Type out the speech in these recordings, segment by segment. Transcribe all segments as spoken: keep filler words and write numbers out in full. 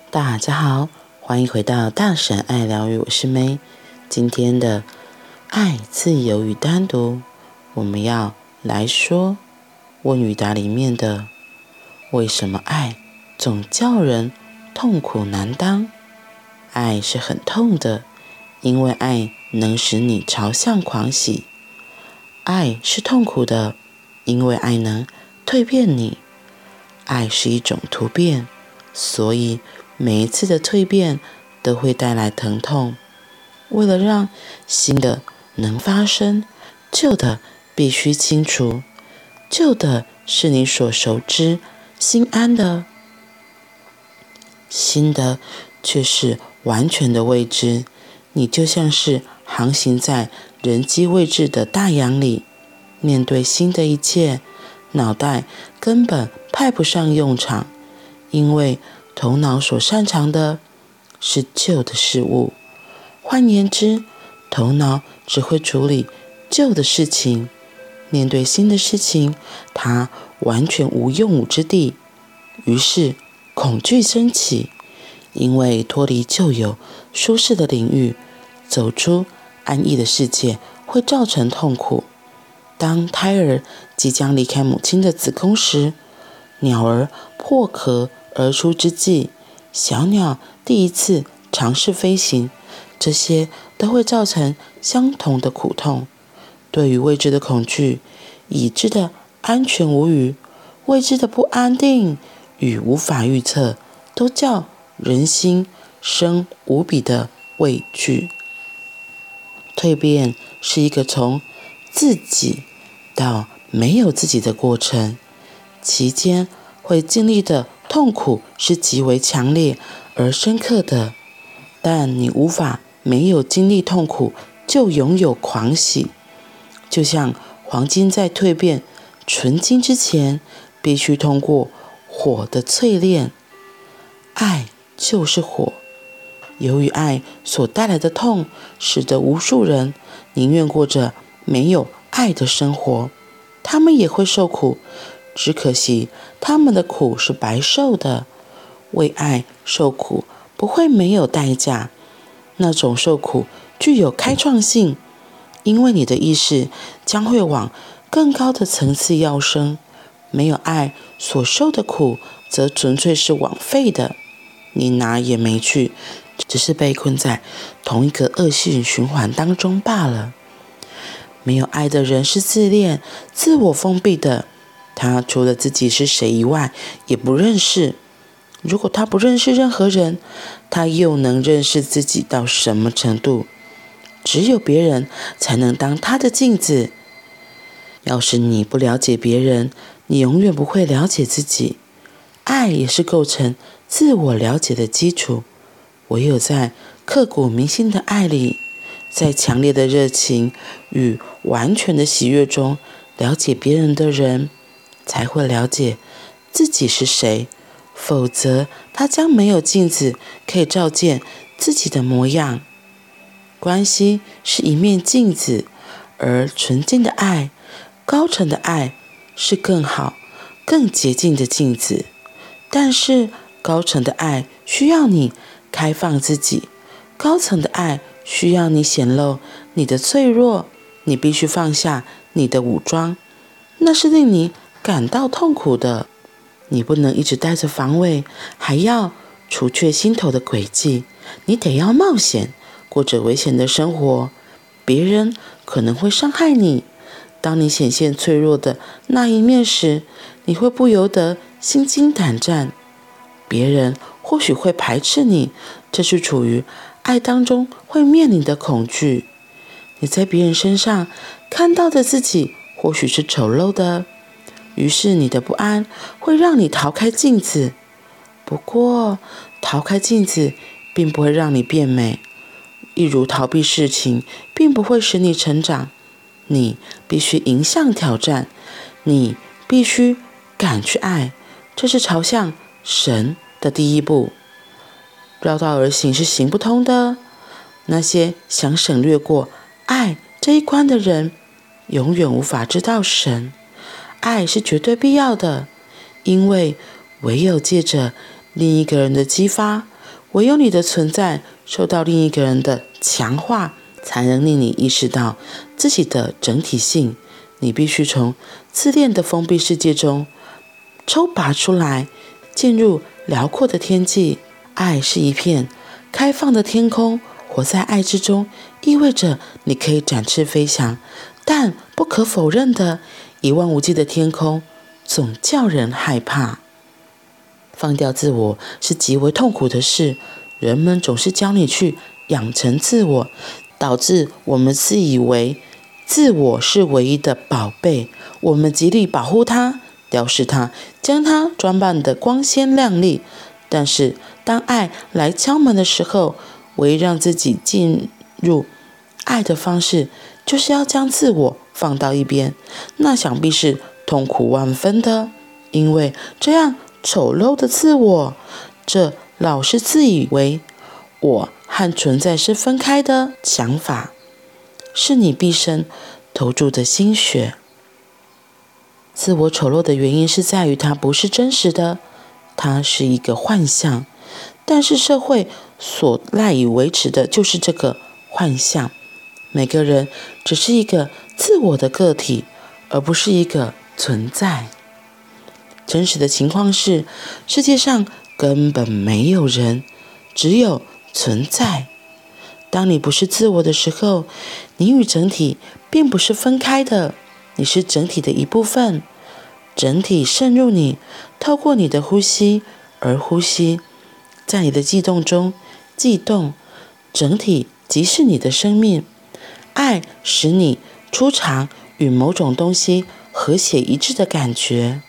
大家好，欢迎回到大神爱疗愈，我是 May。今天的爱、自由与单独，我们要来说问与答里面的为什么爱总叫人痛苦难当？爱是很痛的，因为爱能使你朝向狂喜。爱是痛苦的，因为爱能蜕变你。爱是一种突变，所以每一次的蜕变都会带来疼痛。为了让新的能发生，旧的必须清除。旧的是你所熟知、心安的，新的却是完全的未知。你就像是航行在人迹未知的大洋里，面对新的一切，脑袋根本派不上用场，因为头脑所擅长的是旧的事物。换言之，头脑只会处理旧的事情，面对新的事情，它完全无用武之地。于是恐惧升起，因为脱离旧有舒适的领域，走出安逸的世界会造成痛苦。当胎儿即将离开母亲的子宫时，鸟儿破壳而出之际，小鸟第一次尝试飞行，这些都会造成相同的苦痛。对于未知的恐惧，已知的安全无虞，未知的不安定与无法预测，都叫人心生无比的畏惧。蜕变是一个从自己到没有自己的过程，其间会经历的痛苦是极为强烈而深刻的，但你无法没有经历痛苦就拥有狂喜。就像黄金在蜕变纯金之前，必须通过火的淬炼。爱就是火，由于爱所带来的痛，使得无数人宁愿过着没有爱的生活。他们也会受苦，只可惜他们的苦是白受的。为爱受苦不会没有代价，那种受苦具有开创性，因为你的意识将会往更高的层次跃升。没有爱所受的苦，则纯粹是枉费的，你哪也没去，只是被困在同一个恶性循环当中罢了。没有爱的人是自恋、自我封闭的，他除了自己是谁以外，也不认识。如果他不认识任何人，他又能认识自己到什么程度？只有别人才能当他的镜子。要是你不了解别人，你永远不会了解自己。爱也是构成自我了解的基础。唯有在刻骨铭心的爱里，在强烈的热情与完全的喜悦中了解别人的人，才会了解自己是谁。否则他将没有镜子可以照见自己的模样。关系是一面镜子，而纯净的爱、高层的爱是更好、更洁净的镜子。但是高层的爱需要你开放自己，高层的爱需要你显露你的脆弱，你必须放下你的武装，那是令你感到痛苦的。你不能一直带着防卫，还要除却心头的诡计。你得要冒险，过着危险的生活。别人可能会伤害你。当你显现脆弱的那一面时，你会不由得心惊胆战。别人或许会排斥你，这是处于爱当中会面临的恐惧。你在别人身上看到的自己或许是丑陋的，于是你的不安会让你逃开镜子。不过逃开镜子并不会让你变美，一如逃避事情并不会使你成长。你必须迎向挑战，你必须敢去爱，这是朝向神的第一步。绕道而行是行不通的。那些想省略过爱这一关的人，永远无法知道神。爱是绝对必要的，因为唯有借着另一个人的激发， 唯有你的存在受到另一个人的强化，才能令你意识到自己的整体性。你必须从自恋的封闭世界中抽拔出来，进入辽阔的天际。爱是一片开放的天空，活在爱之中意味着你可以展翅飞翔，但不可否认的，一望无际的天空总叫人害怕。放掉自我是极为痛苦的事，人们总是教你去养成自我，导致我们自以为自我是唯一的宝贝，我们极力保护它，雕饰它，将它装扮得光鲜亮丽。但是当爱来敲门的时候，唯一让自己进入爱的方式，就是要将自我放到一边，那想必是痛苦万分的，因为这样丑陋的自我，这老是自以为我和存在是分开的想法，是你毕生投注的心血。自我丑陋的原因是在于它不是真实的，它是一个幻象，但是社会所赖以维持的就是这个幻象。每个人只是一个自我的个体，而不是一个存在。真实的情况是，世界上根本没有人，只有存在。当你不是自我的时候，你与整体并不是分开的，你是整体的一部分。整体渗入你，透过你的呼吸而呼吸，在你的悸动中悸动，整体即是你的生命。爱使你初尝与某种东西和谐一致的感觉，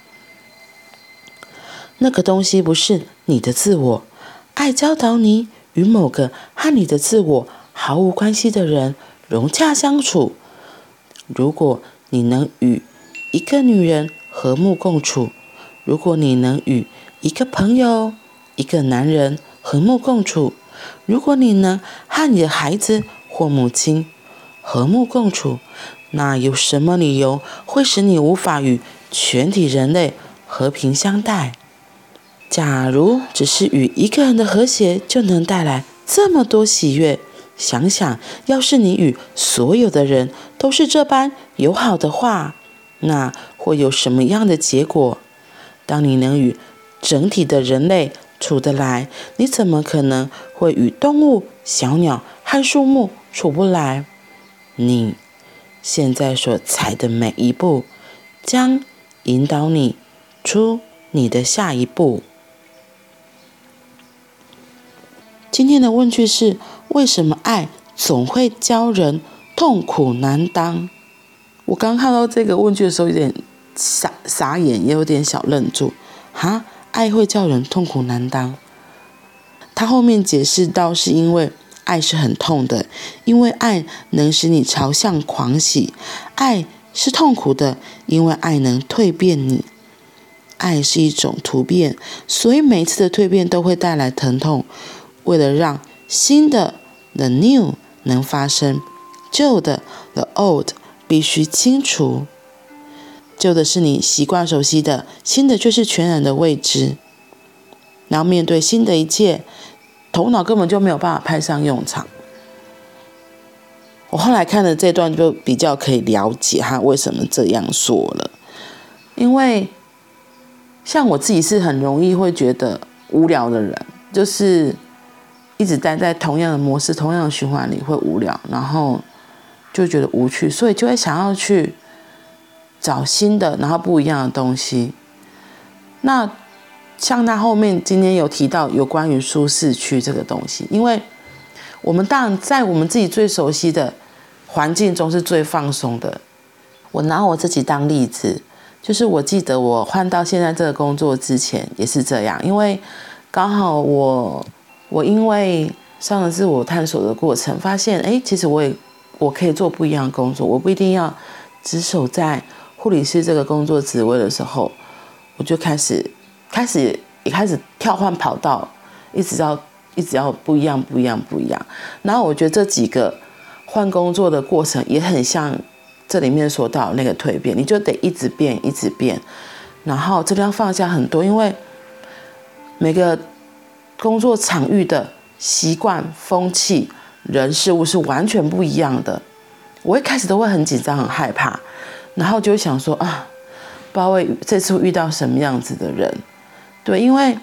那个东西不是你的自我。爱教导你与某个和你的自我毫无关系的人融洽相处。如果你能与一个女人和睦共处，如果你能与一个朋友、一个男人和睦共处，如果你能和你的孩子或母亲和睦共处，那有什么理由会使你无法与全体人类和平相待？假如只是与一个人的和谐就能带来这么多喜悦，想想要是你与所有的人都是这般友好的话，那会有什么样的结果？当你能与整体的人类处得来，你怎么可能会与动物、小鸟和树木处不来？你现在所踩的每一步，将引导你出你的下一步。今天的问句是：为什么爱总会教人痛苦难当？我刚看到这个问句的时候，有点傻傻眼，也有点小愣住。哈，爱会叫人痛苦难当？他后面解释到，是因为爱是很痛的，因为爱能使你朝向狂喜；爱是痛苦的，因为爱能蜕变你。爱是一种突变，所以每一次的蜕变都会带来疼痛。为了让新的 the new 能发生，旧的 the old 必须清除。旧的是你习惯熟悉的，新的却是全然的未知。然后面对新的一切，头脑根本就没有办法派上用场。我后来看了这段就比较可以了解他为什么这样说了。因为像我自己是很容易会觉得无聊的人，就是一直待在同样的模式、同样的循环里会无聊，然后就觉得无趣，所以就会想要去找新的，然后不一样的东西。那像他后面今天有提到有关于舒适区这个东西，因为我们当然在我们自己最熟悉的环境中是最放松的。我拿我自己当例子，就是我记得我换到现在这个工作之前也是这样，因为刚好我我因为上了自我探索的过程，发现哎，其实我也我可以做不一样的工作，我不一定要只守在护理师这个工作职位的时候，我就开始开始也开始跳换跑道，一直要一直要不一样不一样不一样。然后我觉得这几个换工作的过程也很像这里面说到那个蜕变，你就得一直变一直变，然后这边要放下很多，因为每个工作场域的习惯、风气、人事物是完全不一样的。我一开始都会很紧张、很害怕，然后就会想说啊，不知道会这次会遇到什么样子的人。对，因为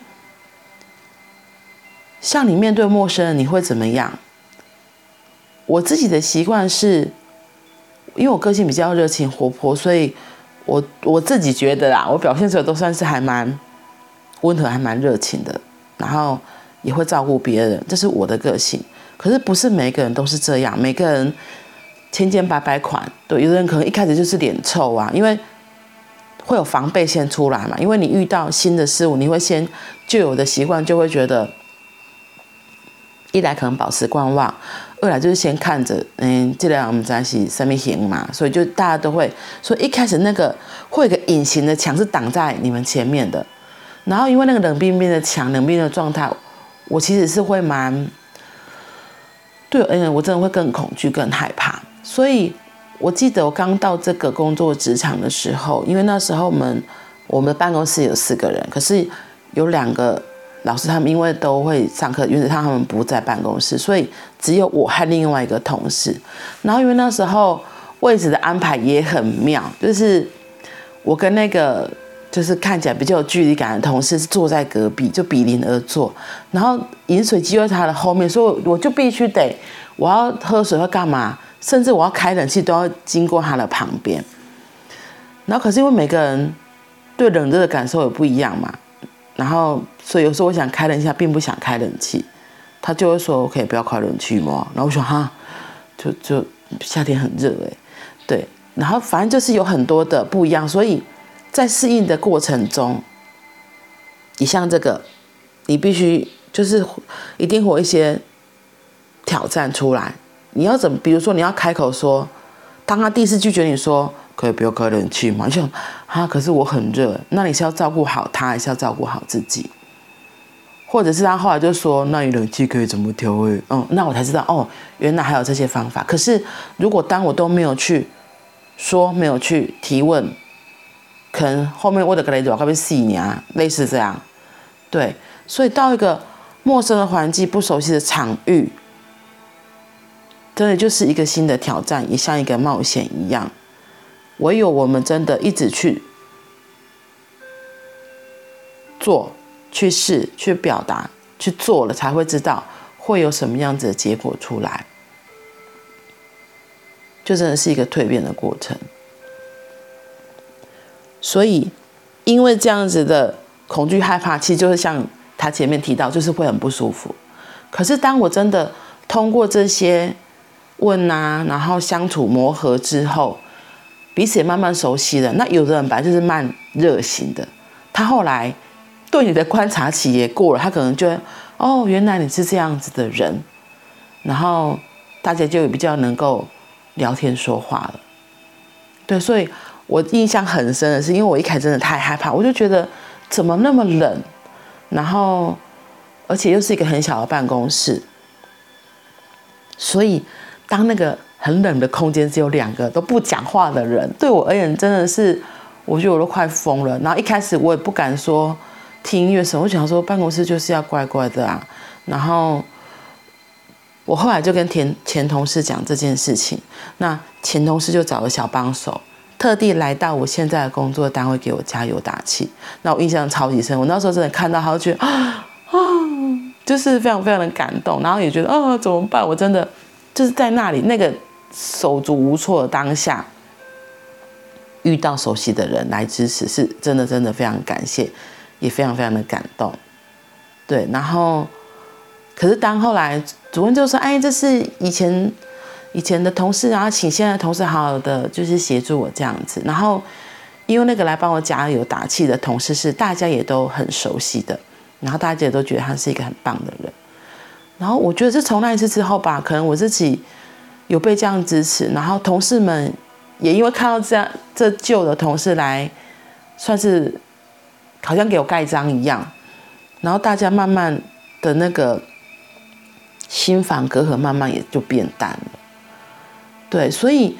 像你面对陌生人，你会怎么样？我自己的习惯是，因为我个性比较热情活泼，所以我我自己觉得啦，我表现出来都算是还蛮温和，还蛮热情的，然后也会照顾别人，这是我的个性。可是不是每个人都是这样，每个人千千百百款。对，有的人可能一开始就是脸臭啊，因为会有防备先出来嘛，因为你遇到新的事物，你会先旧有的习惯就会觉得，一来可能保持观望，二来就是先看着，嗯，这两我们在是什么型嘛，所以就大家都会，所以一开始那个会有一个隐形的墙是挡在你们前面的，然后因为那个冷冰冰的墙、冷冰冰的状态，我其实是会蛮。对，嗯，我真的会更恐惧、更害怕。所以我记得我刚到这个工作职场的时候，因为那时候我们我们办公室有四个人，可是有两个老师他们因为都会上课，原则上他们不在办公室，所以只有我和另外一个同事。然后因为那时候位置的安排也很妙，就是我跟那个就是看起来比较有距离感的同事是坐在隔壁，就比邻而坐，然后饮水机在他的后面，所以我就必须得，我要喝水或干嘛，甚至我要开冷气都要经过他的旁边。然后可是因为每个人对冷热的感受也不一样嘛，然后所以有时候我想开冷气，他并不想开冷气，他就会说：“我可以不要开冷气吗？”然后我说：“哈，就就夏天很热哎，对。”然后反正就是有很多的不一样，所以。在适应的过程中，你像这个，你必须就是一定会有一些挑战出来。你要怎么？比如说你要开口说，当他第一次拒绝你说可以不要开冷气吗？你想啊，可是我很热，那你是要照顾好他，还是要照顾好自己？或者是他后来就说，那你冷气可以怎么调欸？嗯，那我才知道哦，原来还有这些方法。可是如果当我都没有去说，没有去提问。可能后面我的个雷就要被死年，类似这样，对，所以到一个陌生的环境、不熟悉的场域，真的就是一个新的挑战，也像一个冒险一样。唯有我们真的一直去做、去试、去表达、去做了，才会知道会有什么样子的结果出来。就真的是一个蜕变的过程。所以，因为这样子的恐惧害怕，其实就是像他前面提到，就是会很不舒服。可是当我真的通过这些问啊，然后相处磨合之后，彼此也慢慢熟悉了。那有的人本来就是慢热型的，他后来对你的观察期也过了，他可能就会哦，原来你是这样子的人，然后大家就比较能够聊天说话了。对，所以。我印象很深的是，因为我一开始真的太害怕，我就觉得怎么那么冷，然后而且又是一个很小的办公室，所以当那个很冷的空间只有两个都不讲话的人，对我而言真的是，我觉得我都快疯了。然后一开始我也不敢说听音乐什么，我想说办公室就是要乖乖的啊。然后我后来就跟前前同事讲这件事情，那前同事就找了小帮手。特地来到我现在的工作单位给我加油打气，那我印象超级深。我那时候真的看到他，就觉得啊，就是非常非常的感动，然后也觉得啊，怎么办？我真的就是在那里那个手足无措的当下，遇到熟悉的人来支持，是真的真的非常感谢，也非常非常的感动。对，然后可是当后来主任就说：“哎，这是以前。”以前的同事，然后请现在的同事好好的就是协助我这样子，然后因为那个来帮我加油打气的同事是大家也都很熟悉的，然后大家也都觉得他是一个很棒的人，然后我觉得是从那一次之后吧，可能我自己有被这样支持，然后同事们也因为看到这样这旧的同事来，算是好像给我盖章一样，然后大家慢慢的那个心防隔阂慢慢也就变淡了。对，所以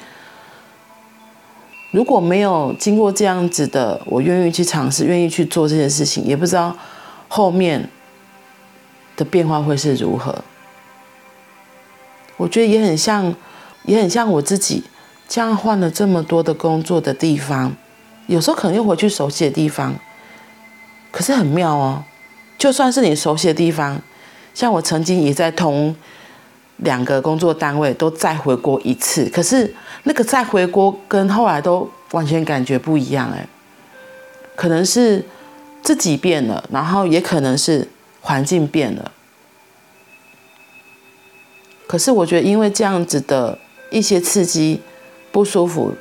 如果没有经过这样子的，我愿意去尝试，愿意去做这件事情，也不知道后面的变化会是如何。我觉得也很像，也很像我自己，这样换了这么多的工作的地方，有时候可能又回去熟悉的地方，可是很妙哦，就算是你熟悉的地方，像我曾经也在同两个工作单位都再回国一次，可是那个再回国跟后来都完全感觉不一样哎，可能是自己变了，然后也可能是环境变了。可是我觉得，因为这样子的一些刺激、不舒服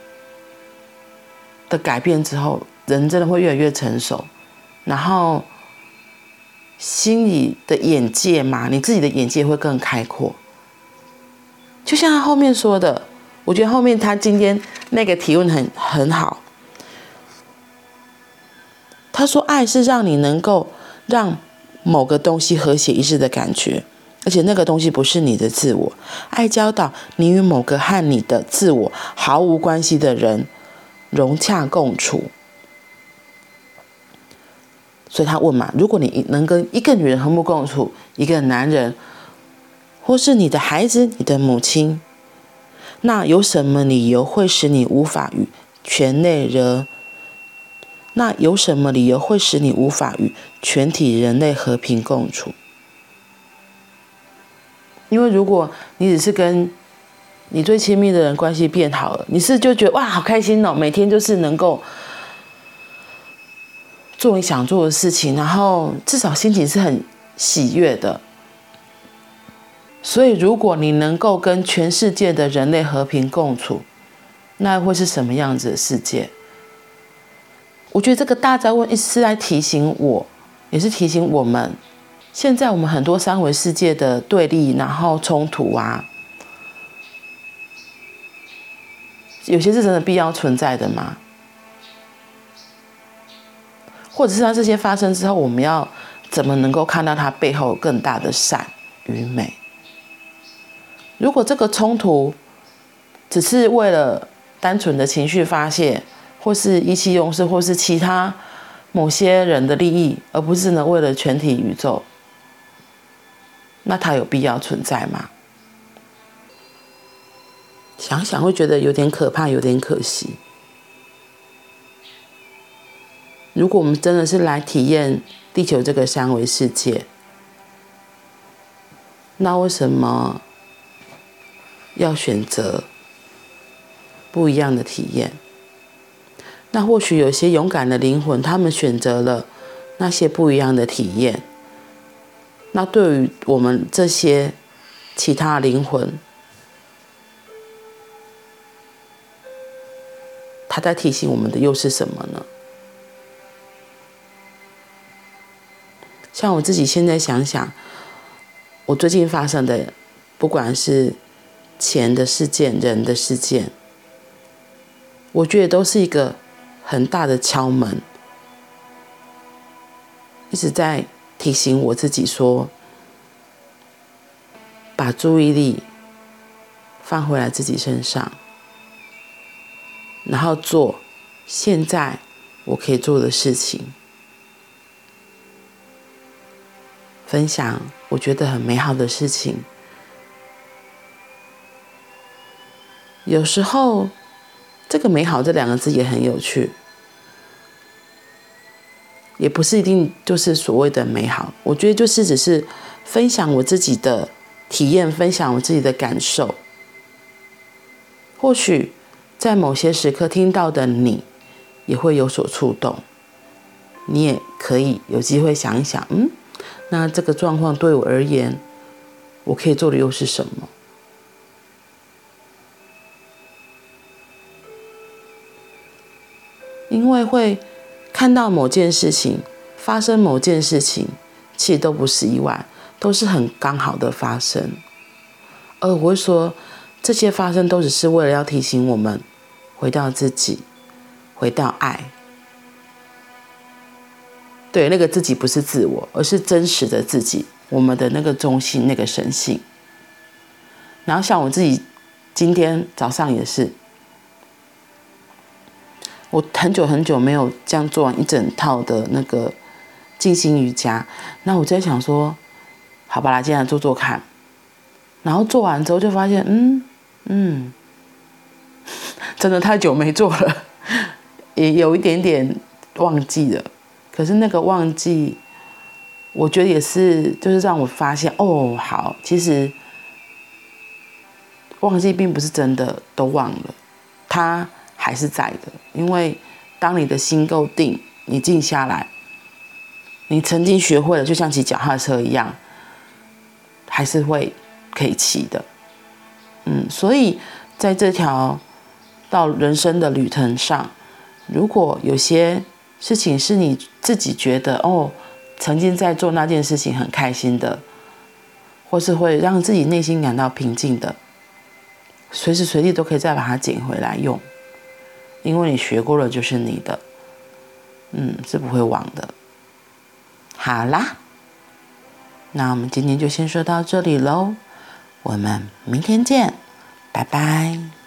的改变之后，人真的会越来越成熟，然后心里的眼界嘛，你自己的眼界会更开阔。就像他后面说的，我觉得后面他今天那个提问很很好。他说，爱是让你能够让某个东西和谐一致的感觉。而且那个东西不是你的自我，爱教导你与某个和你的自我毫无关系的人融洽共处。所以他问嘛，如果你能跟一个女人和睦共处，一个男人，或是你的孩子、你的母亲，那有什么理由会使你无法与全内人？那有什么理由会使你无法与全体人类和平共处？因为如果你只是跟你最亲密的人关系变好了，你是就觉得哇好开心哦，每天就是能够做你想做的事情，然后至少心情是很喜悦的。所以如果你能够跟全世界的人类和平共处，那会是什么样子的世界？我觉得这个大哉问是来提醒我，也是提醒我们，现在我们很多三维世界的对立，然后冲突啊，有些是真的必要存在的吗？或者是当这些发生之后，我们要怎么能够看到它背后更大的善与美？如果这个冲突只是为了单纯的情绪发泄，或是意气用事，或是其他某些人的利益，而不是呢为了全体宇宙，那它有必要存在吗？想想会觉得有点可怕，有点可惜。如果我们真的是来体验地球这个三维世界，那为什么要选择不一样的体验？那或许有些勇敢的灵魂，他们选择了那些不一样的体验。那对于我们这些其他灵魂，他在提醒我们的又是什么呢？像我自己现在想想，我最近发生的，不管是钱的事件、人的事件，我觉得都是一个很大的敲门，一直在提醒我自己说，把注意力放回来自己身上，然后做现在我可以做的事情，分享我觉得很美好的事情。有时候这个美好这两个字也很有趣，也不是一定就是所谓的美好，我觉得就是只是分享我自己的体验，分享我自己的感受。或许在某些时刻听到的你也会有所触动，你也可以有机会想一想，嗯，那这个状况对我而言，我可以做的又是什么？因为会看到某件事情发生，某件事情其实都不是意外，都是很刚好的发生。而我会说，这些发生都只是为了要提醒我们回到自己，回到爱。对，那个自己不是自我，而是真实的自己，我们的那个中心，那个神性。然后像我自己今天早上也是，我很久很久没有这样做完一整套的那个静心瑜伽，那我在想说， 好吧啦，今天做做看。然后做完之后就发现，嗯嗯，真的太久没做了，也有一点点忘记了。可是那个忘记，我觉得也是，就是让我发现，哦，好，其实忘记并不是真的都忘了，它还是在的。因为当你的心够定，你静下来，你曾经学会了，就像骑脚踏车一样，还是会可以骑的。嗯，所以在这条到人生的旅程上，如果有些事情是你自己觉得哦，曾经在做那件事情很开心的，或是会让自己内心感到平静的，随时随地都可以再把它捡回来用，因为你学过了就是你的，嗯，是不会忘的。好啦，那我们今天就先说到这里喽，我们明天见，拜拜。